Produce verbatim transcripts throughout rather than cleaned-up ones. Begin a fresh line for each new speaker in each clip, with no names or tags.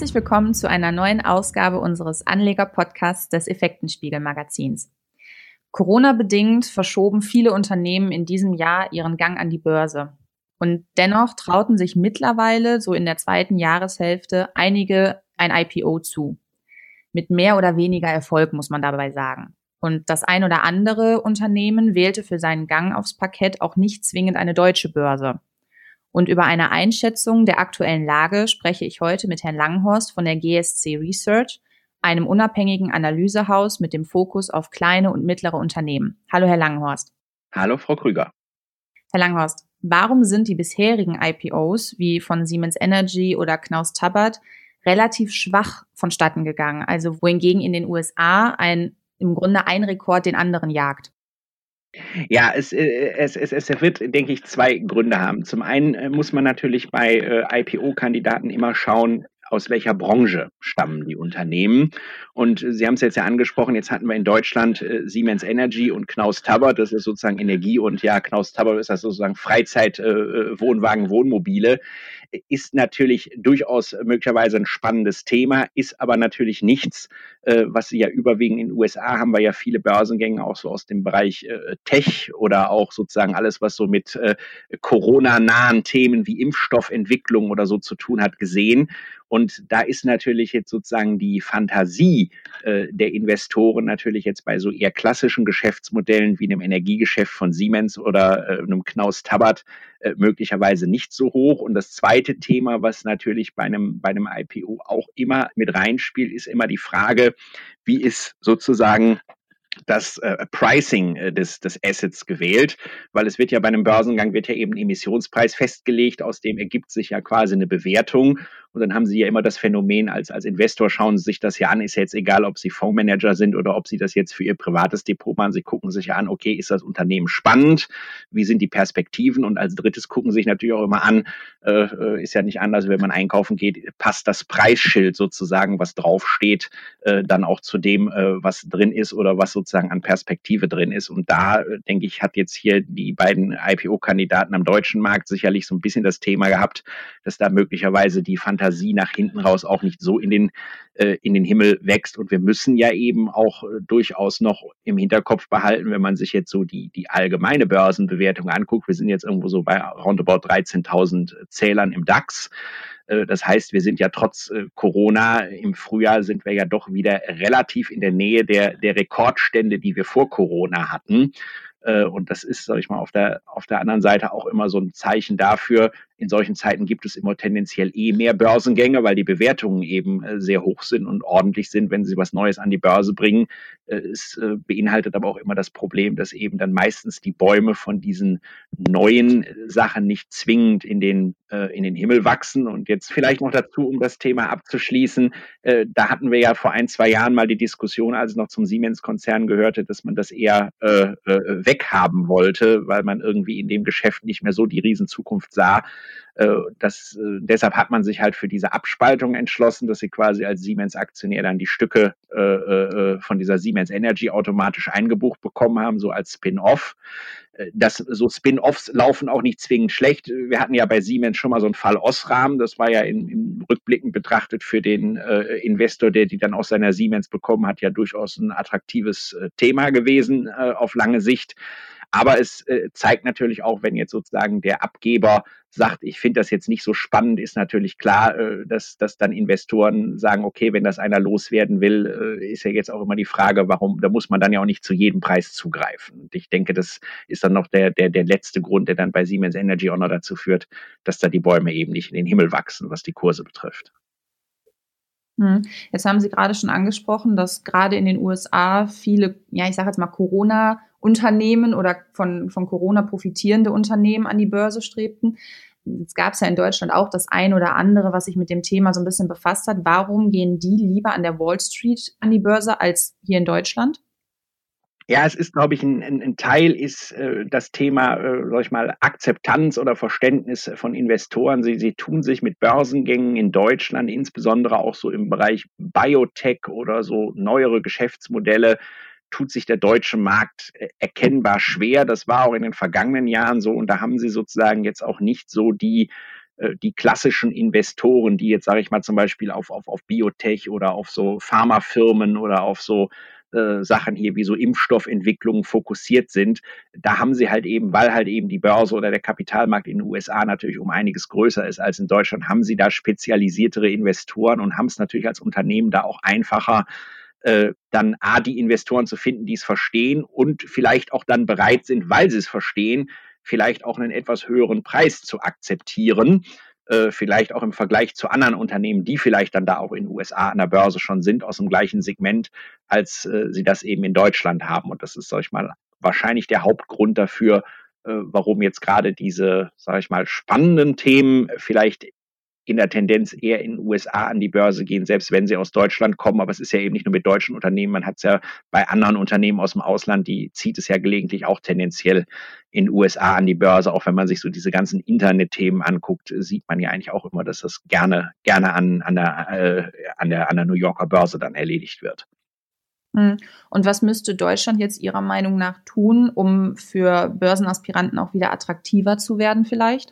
Herzlich willkommen zu einer neuen Ausgabe unseres Anleger-Podcasts des Effektenspiegel-Magazins. Corona-bedingt verschoben viele Unternehmen in diesem Jahr ihren Gang an die Börse. Und dennoch trauten sich mittlerweile, so in der zweiten Jahreshälfte, einige ein I P O zu. Mit mehr oder weniger Erfolg, muss man dabei sagen. Und das ein oder andere Unternehmen wählte für seinen Gang aufs Parkett auch nicht zwingend eine deutsche Börse. Und über eine Einschätzung der aktuellen Lage spreche ich heute mit Herrn Langhorst von der G S C Research, einem unabhängigen Analysehaus mit dem Fokus auf kleine und mittlere Unternehmen. Hallo, Herr Langhorst.
Hallo, Frau Krüger.
Herr Langhorst, warum sind die bisherigen I P Os wie von Siemens Energy oder Knaus Tabbert relativ schwach vonstatten gegangen? Also wohingegen in den U S A ein im Grunde ein Rekord den anderen jagt.
Ja, es, es, es, es wird, denke ich, zwei Gründe haben. Zum einen muss man natürlich bei äh, I P O-Kandidaten immer schauen, aus welcher Branche stammen die Unternehmen. Und Sie haben es jetzt ja angesprochen, jetzt hatten wir in Deutschland äh, Siemens Energy und Knaus Tabbert, das ist sozusagen Energie, und ja, Knaus Tabbert ist das sozusagen Freizeit, äh, Wohnwagen, Wohnmobile. Ist natürlich durchaus möglicherweise ein spannendes Thema, ist aber natürlich nichts, äh, was Sie ja überwiegend in den U S A haben wir ja viele Börsengänge auch so aus dem Bereich äh, Tech oder auch sozusagen alles, was so mit äh, Corona-nahen Themen wie Impfstoffentwicklung oder so zu tun hat, gesehen. Und da ist natürlich jetzt sozusagen die Fantasie äh, der Investoren natürlich jetzt bei so eher klassischen Geschäftsmodellen wie einem Energiegeschäft von Siemens oder äh, einem Knaus Tabbert äh, möglicherweise nicht so hoch. Und das zweite Thema, was natürlich bei einem, bei einem I P O auch immer mit reinspielt, ist immer die Frage, wie ist sozusagen das äh, Pricing äh, des, des Assets gewählt, weil es wird ja bei einem Börsengang wird ja eben ein Emissionspreis festgelegt, aus dem ergibt sich ja quasi eine Bewertung. Und dann haben Sie ja immer das Phänomen, als, als Investor schauen Sie sich das ja an, ist ja jetzt egal, ob Sie Fondsmanager sind oder ob Sie das jetzt für Ihr privates Depot machen. Sie gucken sich ja an, okay, ist das Unternehmen spannend? Wie sind die Perspektiven? Und als drittes gucken Sie sich natürlich auch immer an, äh, ist ja nicht anders, wenn man einkaufen geht, passt das Preisschild sozusagen, was draufsteht, äh, dann auch zu dem, äh, was drin ist oder was sozusagen an Perspektive drin ist. Und da, äh, denke ich, hat jetzt hier die beiden I P O-Kandidaten am deutschen Markt sicherlich so ein bisschen das Thema gehabt, dass da möglicherweise die Fantasie nach hinten raus auch nicht so in den, äh, in den Himmel wächst. Und wir müssen ja eben auch äh, durchaus noch im Hinterkopf behalten, wenn man sich jetzt so die, die allgemeine Börsenbewertung anguckt. Wir sind jetzt irgendwo so bei roundabout dreizehntausend Zählern im DAX. Das heißt, wir sind ja trotz äh, Corona im Frühjahr sind wir ja doch wieder relativ in der Nähe der, der Rekordstände, die wir vor Corona hatten. Äh, und das ist, sag ich mal, auf der, auf der anderen Seite auch immer so ein Zeichen dafür, in solchen Zeiten gibt es immer tendenziell eh mehr Börsengänge, weil die Bewertungen eben äh, sehr hoch sind und ordentlich sind, wenn sie was Neues an die Börse bringen. Äh, es äh, beinhaltet aber auch immer das Problem, dass eben dann meistens die Bäume von diesen neuen Sachen nicht zwingend in den, äh, in den Himmel wachsen. Und jetzt vielleicht noch dazu, um das Thema abzuschließen, äh, da hatten wir ja vor ein, zwei Jahren mal die Diskussion, als es noch zum Siemens-Konzern gehörte, dass man das eher äh, äh, weghaben wollte, weil man irgendwie in dem Geschäft nicht mehr so die Riesenzukunft sah. Das, deshalb hat man sich halt für diese Abspaltung entschlossen, dass sie quasi als Siemens-Aktionär dann die Stücke äh, von dieser Siemens Energy automatisch eingebucht bekommen haben, so als Spin-off. Das, so Spin-offs laufen auch nicht zwingend schlecht. Wir hatten ja bei Siemens schon mal so einen Fall Osram. Das war ja in, in Rückblicken betrachtet für den äh, Investor, der die dann aus seiner Siemens bekommen hat, ja durchaus ein attraktives äh, Thema gewesen äh, auf lange Sicht. Aber es äh, zeigt natürlich auch, wenn jetzt sozusagen der Abgeber sagt, ich finde das jetzt nicht so spannend, ist natürlich klar, äh, dass, dass dann Investoren sagen, okay, wenn das einer loswerden will, äh, ist ja jetzt auch immer die Frage, warum, da muss man dann ja auch nicht zu jedem Preis zugreifen. Und ich denke, das ist dann noch der, der, der letzte Grund, der dann bei Siemens Energy auch noch dazu führt, dass da die Bäume eben nicht in den Himmel wachsen, was die Kurse betrifft.
Jetzt haben Sie gerade schon angesprochen, dass gerade in den U S A viele, ja, ich sage jetzt mal Corona-Unternehmen oder von, von Corona profitierende Unternehmen an die Börse strebten. Jetzt gab es ja in Deutschland auch das ein oder andere, was sich mit dem Thema so ein bisschen befasst hat. Warum gehen die lieber an der Wall Street an die Börse als hier in Deutschland?
Ja, es ist, glaube ich, ein, ein, ein Teil ist äh, das Thema, äh, sag ich mal, Akzeptanz oder Verständnis von Investoren. Sie, sie tun sich mit Börsengängen in Deutschland, insbesondere auch so im Bereich Biotech oder so neuere Geschäftsmodelle, tut sich der deutsche Markt äh, erkennbar schwer. Das war auch in den vergangenen Jahren so und da haben sie sozusagen jetzt auch nicht so die die klassischen Investoren, die jetzt, sage ich mal, zum Beispiel auf, auf, auf Biotech oder auf so Pharmafirmen oder auf so äh, Sachen hier wie so Impfstoffentwicklungen fokussiert sind, da haben sie halt eben, weil halt eben die Börse oder der Kapitalmarkt in den U S A natürlich um einiges größer ist als in Deutschland, haben sie da spezialisiertere Investoren und haben es natürlich als Unternehmen da auch einfacher, äh, dann A, die Investoren zu finden, die es verstehen und vielleicht auch dann bereit sind, weil sie es verstehen, vielleicht auch einen etwas höheren Preis zu akzeptieren, äh, vielleicht auch im Vergleich zu anderen Unternehmen, die vielleicht dann da auch in den U S A an der Börse schon sind, aus dem gleichen Segment, als äh, sie das eben in Deutschland haben. Und das ist, sag ich mal, wahrscheinlich der Hauptgrund dafür, äh, warum jetzt gerade diese, sag ich mal, spannenden Themen vielleicht in der Tendenz eher in den U S A an die Börse gehen, selbst wenn sie aus Deutschland kommen. Aber es ist ja eben nicht nur mit deutschen Unternehmen, man hat es ja bei anderen Unternehmen aus dem Ausland, die zieht es ja gelegentlich auch tendenziell in den U S A an die Börse. Auch wenn man sich so diese ganzen Internetthemen anguckt, sieht man ja eigentlich auch immer, dass das gerne, gerne an, an, der, äh, an, der, an der New Yorker Börse dann erledigt wird.
Und was müsste Deutschland jetzt Ihrer Meinung nach tun, um für Börsenaspiranten auch wieder attraktiver zu werden vielleicht?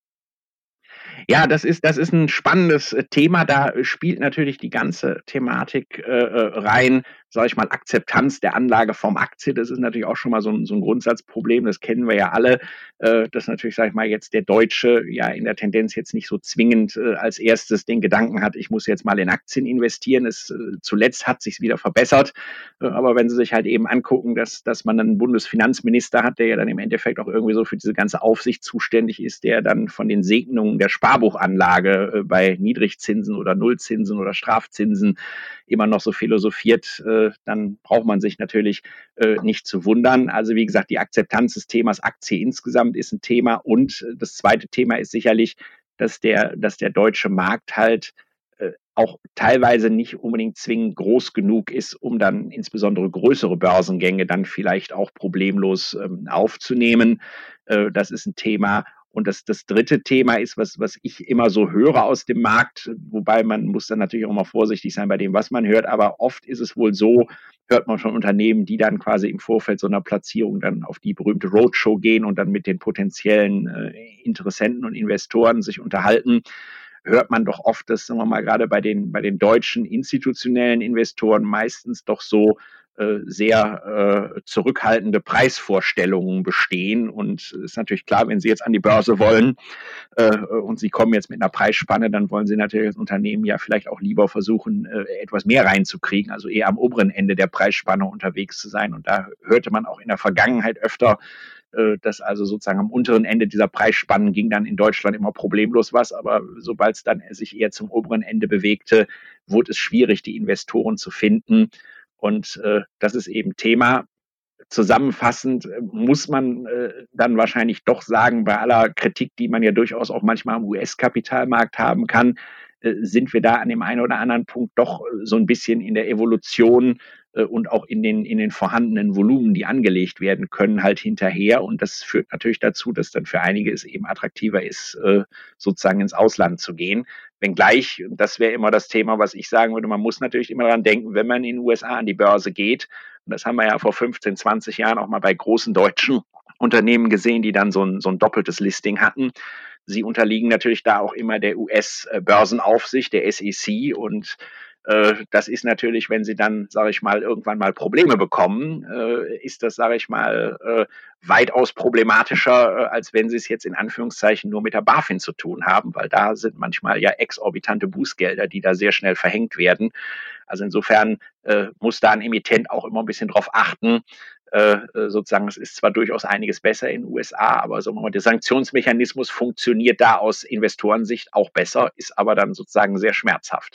Ja, das ist, das ist ein spannendes Thema. Da spielt natürlich die ganze Thematik äh, rein, sage ich mal, Akzeptanz der Anlageform Aktie. Das ist natürlich auch schon mal so ein, so ein Grundsatzproblem. Das kennen wir ja alle. Äh, dass natürlich, sage ich mal, jetzt der Deutsche ja in der Tendenz jetzt nicht so zwingend äh, als erstes den Gedanken hat, ich muss jetzt mal in Aktien investieren. Es, äh, zuletzt hat sich wieder verbessert. Äh, aber wenn Sie sich halt eben angucken, dass, dass man einen Bundesfinanzminister hat, der ja dann im Endeffekt auch irgendwie so für diese ganze Aufsicht zuständig ist, der dann von den Segnungen der Sparbuchanlage äh, bei Niedrigzinsen oder Nullzinsen oder Strafzinsen immer noch so philosophiert, äh, dann braucht man sich natürlich äh, nicht zu wundern. Also wie gesagt, die Akzeptanz des Themas Aktie insgesamt ist ein Thema und äh, das zweite Thema ist sicherlich, dass der, dass der deutsche Markt halt äh, auch teilweise nicht unbedingt zwingend groß genug ist, um dann insbesondere größere Börsengänge dann vielleicht auch problemlos ähm, aufzunehmen. Äh, das ist ein Thema. Und das, das dritte Thema ist, was, was ich immer so höre aus dem Markt, wobei man muss dann natürlich auch mal vorsichtig sein bei dem, was man hört, aber oft ist es wohl so, hört man von Unternehmen, die dann quasi im Vorfeld so einer Platzierung dann auf die berühmte Roadshow gehen und dann mit den potenziellen äh, Interessenten und Investoren sich unterhalten, hört man doch oft, dass, sagen wir mal, gerade bei den, bei den deutschen institutionellen Investoren meistens doch so äh, sehr äh, zurückhaltende Preisvorstellungen bestehen. Und es ist natürlich klar, wenn Sie jetzt an die Börse wollen äh, und Sie kommen jetzt mit einer Preisspanne, dann wollen Sie natürlich als Unternehmen ja vielleicht auch lieber versuchen, äh, etwas mehr reinzukriegen, also eher am oberen Ende der Preisspanne unterwegs zu sein. Und da hörte man auch in der Vergangenheit öfter, dass also sozusagen am unteren Ende dieser Preisspannen ging dann in Deutschland immer problemlos was, aber sobald es dann sich eher zum oberen Ende bewegte, wurde es schwierig, die Investoren zu finden. Und äh, das ist eben Thema. Zusammenfassend muss man äh, dann wahrscheinlich doch sagen, bei aller Kritik, die man ja durchaus auch manchmal am U S-Kapitalmarkt haben kann, äh, sind wir da an dem einen oder anderen Punkt doch so ein bisschen in der Evolution äh, und auch in den, in den vorhandenen Volumen, die angelegt werden können, halt hinterher. Und das führt natürlich dazu, dass dann für einige es eben attraktiver ist, äh, sozusagen ins Ausland zu gehen. Wenngleich, das wäre immer das Thema, was ich sagen würde, man muss natürlich immer daran denken, wenn man in den U S A an die Börse geht, und das haben wir ja vor fünfzehn, zwanzig Jahren auch mal bei großen deutschen Unternehmen gesehen, die dann so ein, so ein doppeltes Listing hatten. Sie unterliegen natürlich da auch immer der U S-Börsenaufsicht, der S E C, und äh, das ist natürlich, wenn sie dann, sage ich mal, irgendwann mal Probleme bekommen, äh, ist das, sage ich mal, äh, weitaus problematischer, äh, als wenn sie es jetzt in Anführungszeichen nur mit der BaFin zu tun haben, weil da sind manchmal ja exorbitante Bußgelder, die da sehr schnell verhängt werden. Also insofern äh, muss da ein Emittent auch immer ein bisschen drauf achten. Äh, sozusagen, es ist zwar durchaus einiges besser in den U S A, aber sagen wir mal, der Sanktionsmechanismus funktioniert da aus Investorensicht auch besser, ist aber dann sozusagen sehr schmerzhaft.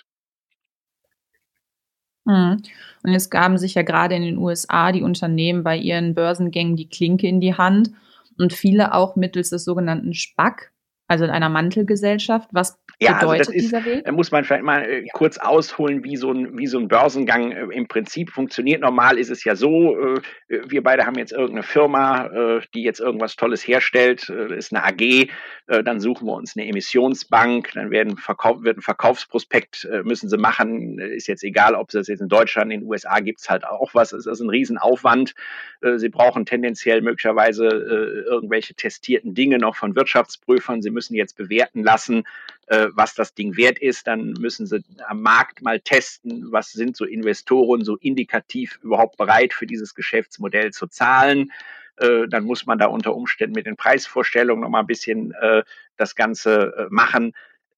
Und jetzt gaben sich ja gerade in den U S A die Unternehmen bei ihren Börsengängen die Klinke in die Hand und viele auch mittels des sogenannten SPAC, also in einer Mantelgesellschaft. Was
Ja, also
bedeutet
das ist,
dieser Weg?
da muss man vielleicht mal äh, kurz ausholen, wie so ein, wie so ein Börsengang äh, im Prinzip funktioniert. Normal ist es ja so, äh, wir beide haben jetzt irgendeine Firma, äh, die jetzt irgendwas Tolles herstellt, äh, ist eine A G, äh, dann suchen wir uns eine Emissionsbank, dann werden Verkauf, wird ein Verkaufsprospekt, äh, müssen sie machen, ist jetzt egal, ob es das jetzt in Deutschland, in den U S A gibt es halt auch was, es ist ein Riesenaufwand. Äh, sie brauchen tendenziell möglicherweise äh, irgendwelche testierten Dinge noch von Wirtschaftsprüfern, sie müssen jetzt bewerten lassen, äh, was das Ding wert ist. Dann müssen sie am Markt mal testen, was sind so Investoren so indikativ überhaupt bereit für dieses Geschäftsmodell zu zahlen. Äh, dann muss man da unter Umständen mit den Preisvorstellungen noch mal ein bisschen äh, das Ganze äh, machen.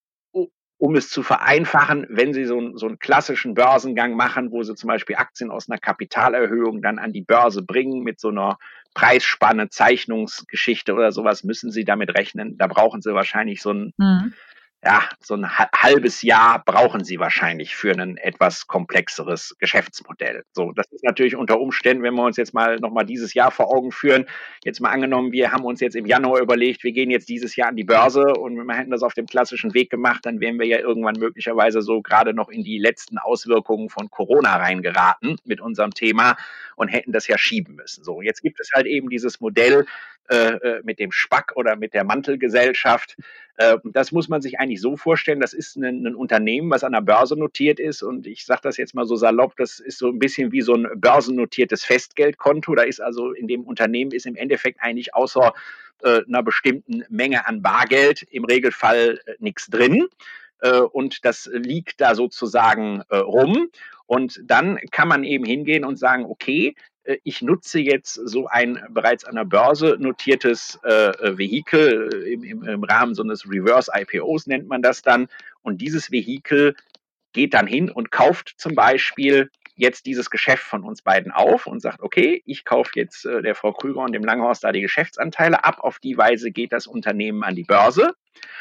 Um es zu vereinfachen, wenn Sie so einen, so einen klassischen Börsengang machen, wo Sie zum Beispiel Aktien aus einer Kapitalerhöhung dann an die Börse bringen mit so einer Preisspanne, Zeichnungsgeschichte oder sowas, müssen Sie damit rechnen. Da brauchen Sie wahrscheinlich so ein mhm. ja, so ein halbes Jahr brauchen Sie wahrscheinlich für ein etwas komplexeres Geschäftsmodell. So, das ist natürlich unter Umständen, wenn wir uns jetzt mal nochmal dieses Jahr vor Augen führen, jetzt mal angenommen, wir haben uns jetzt im Januar überlegt, wir gehen jetzt dieses Jahr an die Börse und wir hätten das auf dem klassischen Weg gemacht, dann wären wir ja irgendwann möglicherweise so gerade noch in die letzten Auswirkungen von Corona reingeraten mit unserem Thema und hätten das ja schieben müssen. So, jetzt gibt es halt eben dieses Modell äh, mit dem Spack oder mit der Mantelgesellschaft. Das muss man sich eigentlich so vorstellen, das ist ein, ein Unternehmen, was an der Börse notiert ist und ich sage das jetzt mal so salopp, das ist so ein bisschen wie so ein börsennotiertes Festgeldkonto. Da ist also in dem Unternehmen ist im Endeffekt eigentlich außer äh, einer bestimmten Menge an Bargeld im Regelfall äh, nichts drin. Äh, und das liegt da sozusagen äh, rum. Und dann kann man eben hingehen und sagen, okay, ich nutze jetzt so ein bereits an der Börse notiertes äh, Vehikel im, im, im Rahmen so eines Reverse-I P Os nennt man das dann. Und dieses Vehikel geht dann hin und kauft zum Beispiel jetzt dieses Geschäft von uns beiden auf und sagt, okay, ich kaufe jetzt äh, der Frau Krüger und dem Langhorst da die Geschäftsanteile ab. Auf die Weise geht das Unternehmen an die Börse.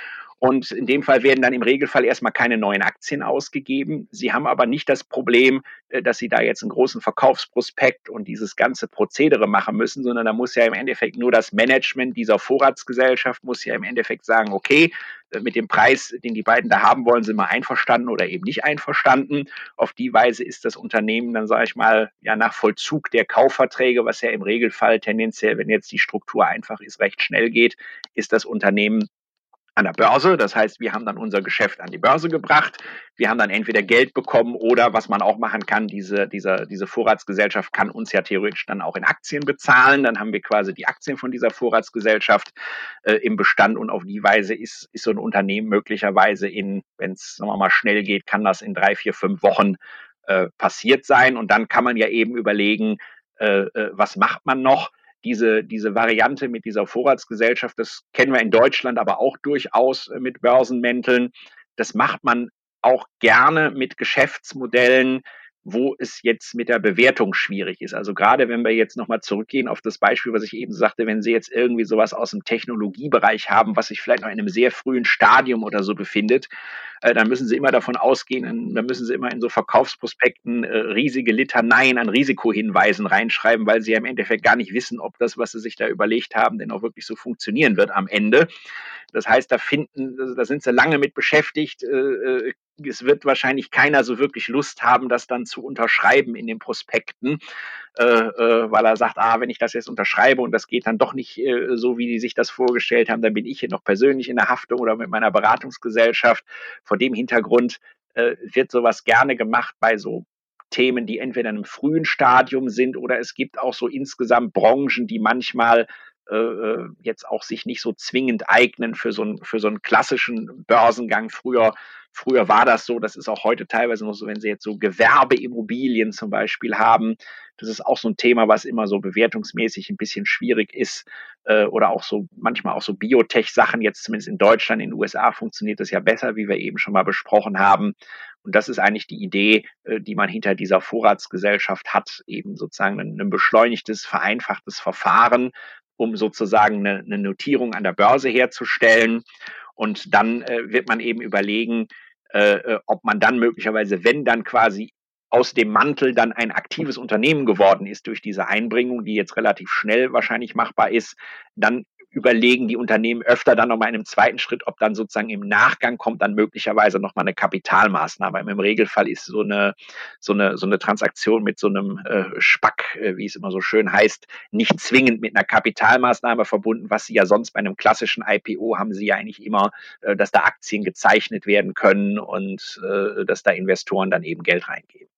Und in dem Fall werden dann im Regelfall erstmal keine neuen Aktien ausgegeben. Sie haben aber nicht das Problem, dass Sie da jetzt einen großen Verkaufsprospekt und dieses ganze Prozedere machen müssen, sondern da muss ja im Endeffekt nur das Management dieser Vorratsgesellschaft muss ja im Endeffekt sagen, okay, mit dem Preis, den die beiden da haben wollen, sind wir einverstanden oder eben nicht einverstanden. Auf die Weise ist das Unternehmen dann, sage ich mal, ja nach Vollzug der Kaufverträge, was ja im Regelfall tendenziell, wenn jetzt die Struktur einfach ist, recht schnell geht, ist das Unternehmen an der Börse. Das heißt, wir haben dann unser Geschäft an die Börse gebracht. Wir haben dann entweder Geld bekommen oder was man auch machen kann, diese, diese, diese Vorratsgesellschaft kann uns ja theoretisch dann auch in Aktien bezahlen. Dann haben wir quasi die Aktien von dieser Vorratsgesellschaft äh, im Bestand und auf die Weise ist, ist so ein Unternehmen möglicherweise in, wenn es sagen wir mal schnell geht, kann das in drei, vier, fünf Wochen äh, passiert sein. Und dann kann man ja eben überlegen, äh, äh, was macht man noch? Diese, diese Variante mit dieser Vorratsgesellschaft, das kennen wir in Deutschland aber auch durchaus mit Börsenmänteln. Das macht man auch gerne mit Geschäftsmodellen, wo es jetzt mit der Bewertung schwierig ist. Also gerade wenn wir jetzt nochmal zurückgehen auf das Beispiel, was ich eben sagte, wenn Sie jetzt irgendwie sowas aus dem Technologiebereich haben, was sich vielleicht noch in einem sehr frühen Stadium oder so befindet, äh, dann müssen Sie immer davon ausgehen, dann müssen Sie immer in so Verkaufsprospekten äh, riesige Litaneien an Risikohinweisen reinschreiben, weil Sie ja im Endeffekt gar nicht wissen, ob das, was Sie sich da überlegt haben, denn auch wirklich so funktionieren wird am Ende. Das heißt, da finden, da sind Sie lange mit beschäftigt. Äh, es wird wahrscheinlich keiner so wirklich Lust haben, das dann zu unterschreiben in den Prospekten, äh, äh, weil er sagt, ah, wenn ich das jetzt unterschreibe und das geht dann doch nicht äh, so, wie die sich das vorgestellt haben, dann bin ich hier noch persönlich in der Haftung oder mit meiner Beratungsgesellschaft. Vor dem Hintergrund äh, wird sowas gerne gemacht bei so Themen, die entweder in einem frühen Stadium sind oder es gibt auch so insgesamt Branchen, die manchmal äh, jetzt auch sich nicht so zwingend eignen für so einen, für so einen klassischen Börsengang. Früher Früher war das so, das ist auch heute teilweise noch so, wenn Sie jetzt so Gewerbeimmobilien zum Beispiel haben, das ist auch so ein Thema, was immer so bewertungsmäßig ein bisschen schwierig ist äh, oder auch so manchmal auch so Biotech-Sachen, jetzt zumindest in Deutschland, in den U S A funktioniert das ja besser, wie wir eben schon mal besprochen haben. Und das ist eigentlich die Idee, äh, die man hinter dieser Vorratsgesellschaft hat, eben sozusagen ein, ein beschleunigtes, vereinfachtes Verfahren, um sozusagen eine, eine Notierung an der Börse herzustellen. Und dann äh, wird man eben überlegen, äh, ob man dann möglicherweise, wenn dann quasi aus dem Mantel dann ein aktives Unternehmen geworden ist durch diese Einbringung, die jetzt relativ schnell wahrscheinlich machbar ist, dann überlegen die Unternehmen öfter dann nochmal in einem zweiten Schritt, ob dann sozusagen im Nachgang kommt dann möglicherweise nochmal eine Kapitalmaßnahme. Im Regelfall ist so eine, so eine, so eine Transaktion mit so einem äh, Spack, äh, wie es immer so schön heißt, nicht zwingend mit einer Kapitalmaßnahme verbunden, was Sie ja sonst bei einem klassischen I P O haben Sie ja eigentlich immer, äh, dass da Aktien gezeichnet werden können und äh, dass da Investoren dann eben Geld reingeben.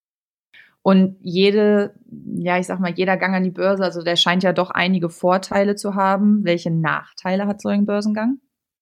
Und jede, ja, ich sag mal, jeder Gang an die Börse, also der scheint ja doch einige Vorteile zu haben. Welche Nachteile hat so ein Börsengang?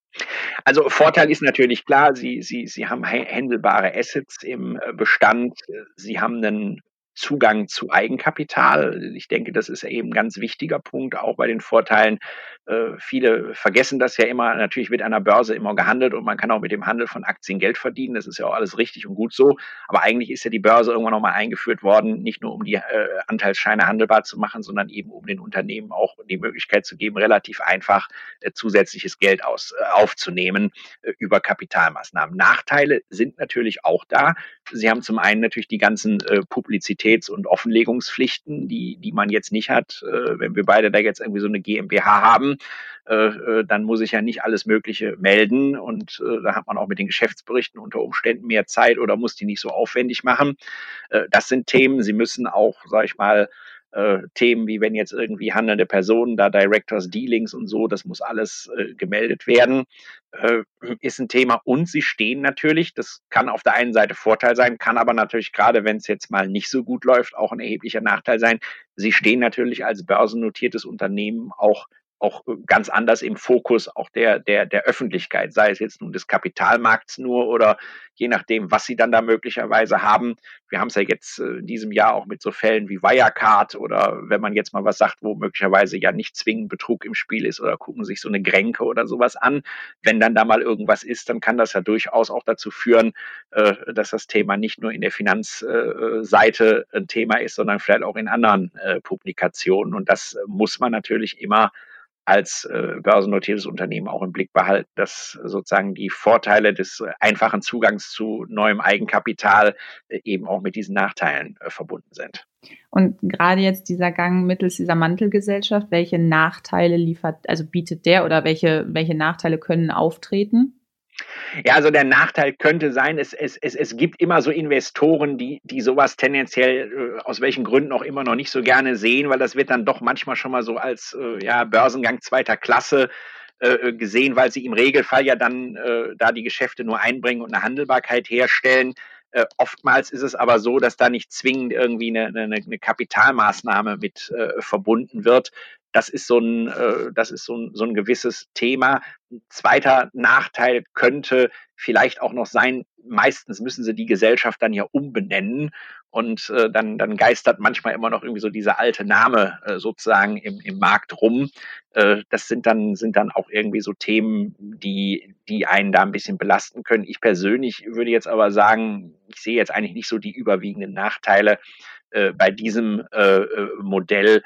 Also Vorteil ist natürlich klar, Sie, Sie, Sie haben handelbare Assets im Bestand, Sie haben einen Zugang zu Eigenkapital. Ich denke, das ist eben ein ganz wichtiger Punkt, auch bei den Vorteilen. Äh, viele vergessen das ja immer. Natürlich wird an der Börse immer gehandelt und man kann auch mit dem Handel von Aktien Geld verdienen. Das ist ja auch alles richtig und gut so. Aber eigentlich ist ja die Börse irgendwann nochmal eingeführt worden, nicht nur um die äh, Anteilsscheine handelbar zu machen, sondern eben um den Unternehmen auch die Möglichkeit zu geben, relativ einfach äh, zusätzliches Geld aus, äh, aufzunehmen äh, über Kapitalmaßnahmen. Nachteile sind natürlich auch da. Sie haben zum einen natürlich die ganzen äh, Publizitäts- und Offenlegungspflichten, die, die man jetzt nicht hat. Äh, wenn wir beide da jetzt irgendwie so eine GmbH haben, äh, äh, dann muss ich ja nicht alles Mögliche melden und äh, da hat man auch mit den Geschäftsberichten unter Umständen mehr Zeit oder muss die nicht so aufwendig machen. Äh, das sind Themen. Sie müssen auch, sag ich mal, Äh, Themen wie wenn jetzt irgendwie handelnde Personen, da Directors Dealings und so, das muss alles äh, gemeldet werden, äh, ist ein Thema. Und sie stehen natürlich, das kann auf der einen Seite Vorteil sein, kann aber natürlich gerade, wenn es jetzt mal nicht so gut läuft, auch ein erheblicher Nachteil sein. Sie stehen natürlich als börsennotiertes Unternehmen auch auch ganz anders im Fokus auch der, der, der Öffentlichkeit, sei es jetzt nun des Kapitalmarkts nur oder je nachdem, was sie dann da möglicherweise haben. Wir haben es ja jetzt in diesem Jahr auch mit so Fällen wie Wirecard oder wenn man jetzt mal was sagt, wo möglicherweise ja nicht zwingend Betrug im Spiel ist oder gucken sich so eine Grenke oder sowas an. Wenn dann da mal irgendwas ist, dann kann das ja durchaus auch dazu führen, dass das Thema nicht nur in der Finanzseite ein Thema ist, sondern vielleicht auch in anderen Publikationen. Und das muss man natürlich immer als äh, börsennotiertes Unternehmen auch im Blick behalten, dass sozusagen die Vorteile des äh, einfachen Zugangs zu neuem Eigenkapital äh, eben auch mit diesen Nachteilen äh, verbunden sind.
Und gerade jetzt dieser Gang mittels dieser Mantelgesellschaft, welche Nachteile liefert, also bietet der oder welche, welche Nachteile können auftreten?
Ja, also der Nachteil könnte sein, es, es, es, es gibt immer so Investoren, die, die sowas tendenziell äh, aus welchen Gründen auch immer noch nicht so gerne sehen, weil das wird dann doch manchmal schon mal so als äh, ja, Börsengang zweiter Klasse äh, gesehen, weil sie im Regelfall ja dann äh, da die Geschäfte nur einbringen und eine Handelbarkeit herstellen. Äh, oftmals ist es aber so, dass da nicht zwingend irgendwie eine, eine, eine Kapitalmaßnahme mit äh, verbunden wird. Das ist so ein, äh, das ist so ein, so ein gewisses Thema. Ein zweiter Nachteil könnte vielleicht auch noch sein, meistens müssen sie die Gesellschaft dann ja umbenennen und äh, dann, dann geistert manchmal immer noch irgendwie so dieser alte Name äh, sozusagen im, im Markt rum. Äh, das sind dann, sind dann auch irgendwie so Themen, die, die einen da ein bisschen belasten können. Ich persönlich würde jetzt aber sagen, ich sehe jetzt eigentlich nicht so die überwiegenden Nachteile äh, bei diesem äh, Modell.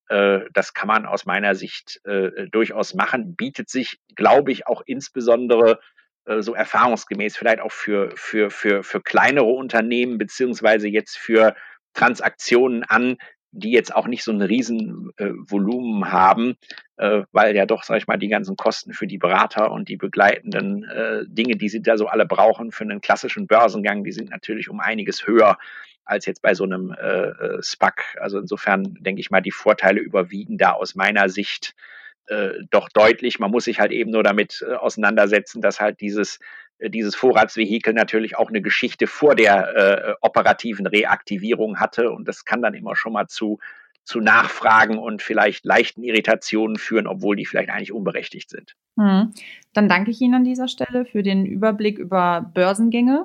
Das kann man aus meiner Sicht äh, durchaus machen, bietet sich, glaube ich, auch insbesondere äh, so erfahrungsgemäß vielleicht auch für, für, für, für kleinere Unternehmen beziehungsweise jetzt für Transaktionen an, die jetzt auch nicht so ein Riesenvolumen äh, haben, äh, weil ja doch, sag ich mal, die ganzen Kosten für die Berater und die begleitenden äh, Dinge, die sie da so alle brauchen für einen klassischen Börsengang, die sind natürlich um einiges höher als jetzt bei so einem äh, SPAC. Also insofern denke ich mal, die Vorteile überwiegen da aus meiner Sicht äh, doch deutlich. Man muss sich halt eben nur damit äh, auseinandersetzen, dass halt dieses, äh, dieses Vorratsvehikel natürlich auch eine Geschichte vor der äh, operativen Reaktivierung hatte und das kann dann immer schon mal zu, zu Nachfragen und vielleicht leichten Irritationen führen, obwohl die vielleicht eigentlich unberechtigt sind.
Hm. Dann danke ich Ihnen an dieser Stelle für den Überblick über Börsengänge.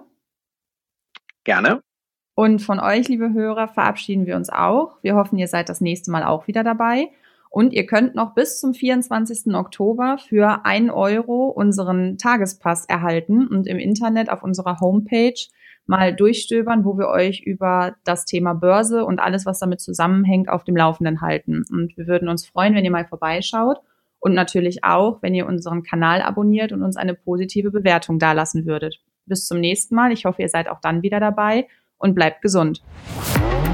Gerne.
Und von euch, liebe Hörer, verabschieden wir uns auch. Wir hoffen, ihr seid das nächste Mal auch wieder dabei. Und ihr könnt noch bis zum vierundzwanzigsten Oktober für ein Euro unseren Tagespass erhalten und im Internet auf unserer Homepage mal durchstöbern, wo wir euch über das Thema Börse und alles, was damit zusammenhängt, auf dem Laufenden halten. Und wir würden uns freuen, wenn ihr mal vorbeischaut und natürlich auch, wenn ihr unseren Kanal abonniert und uns eine positive Bewertung dalassen würdet. Bis zum nächsten Mal. Ich hoffe, ihr seid auch dann wieder dabei und bleibt gesund.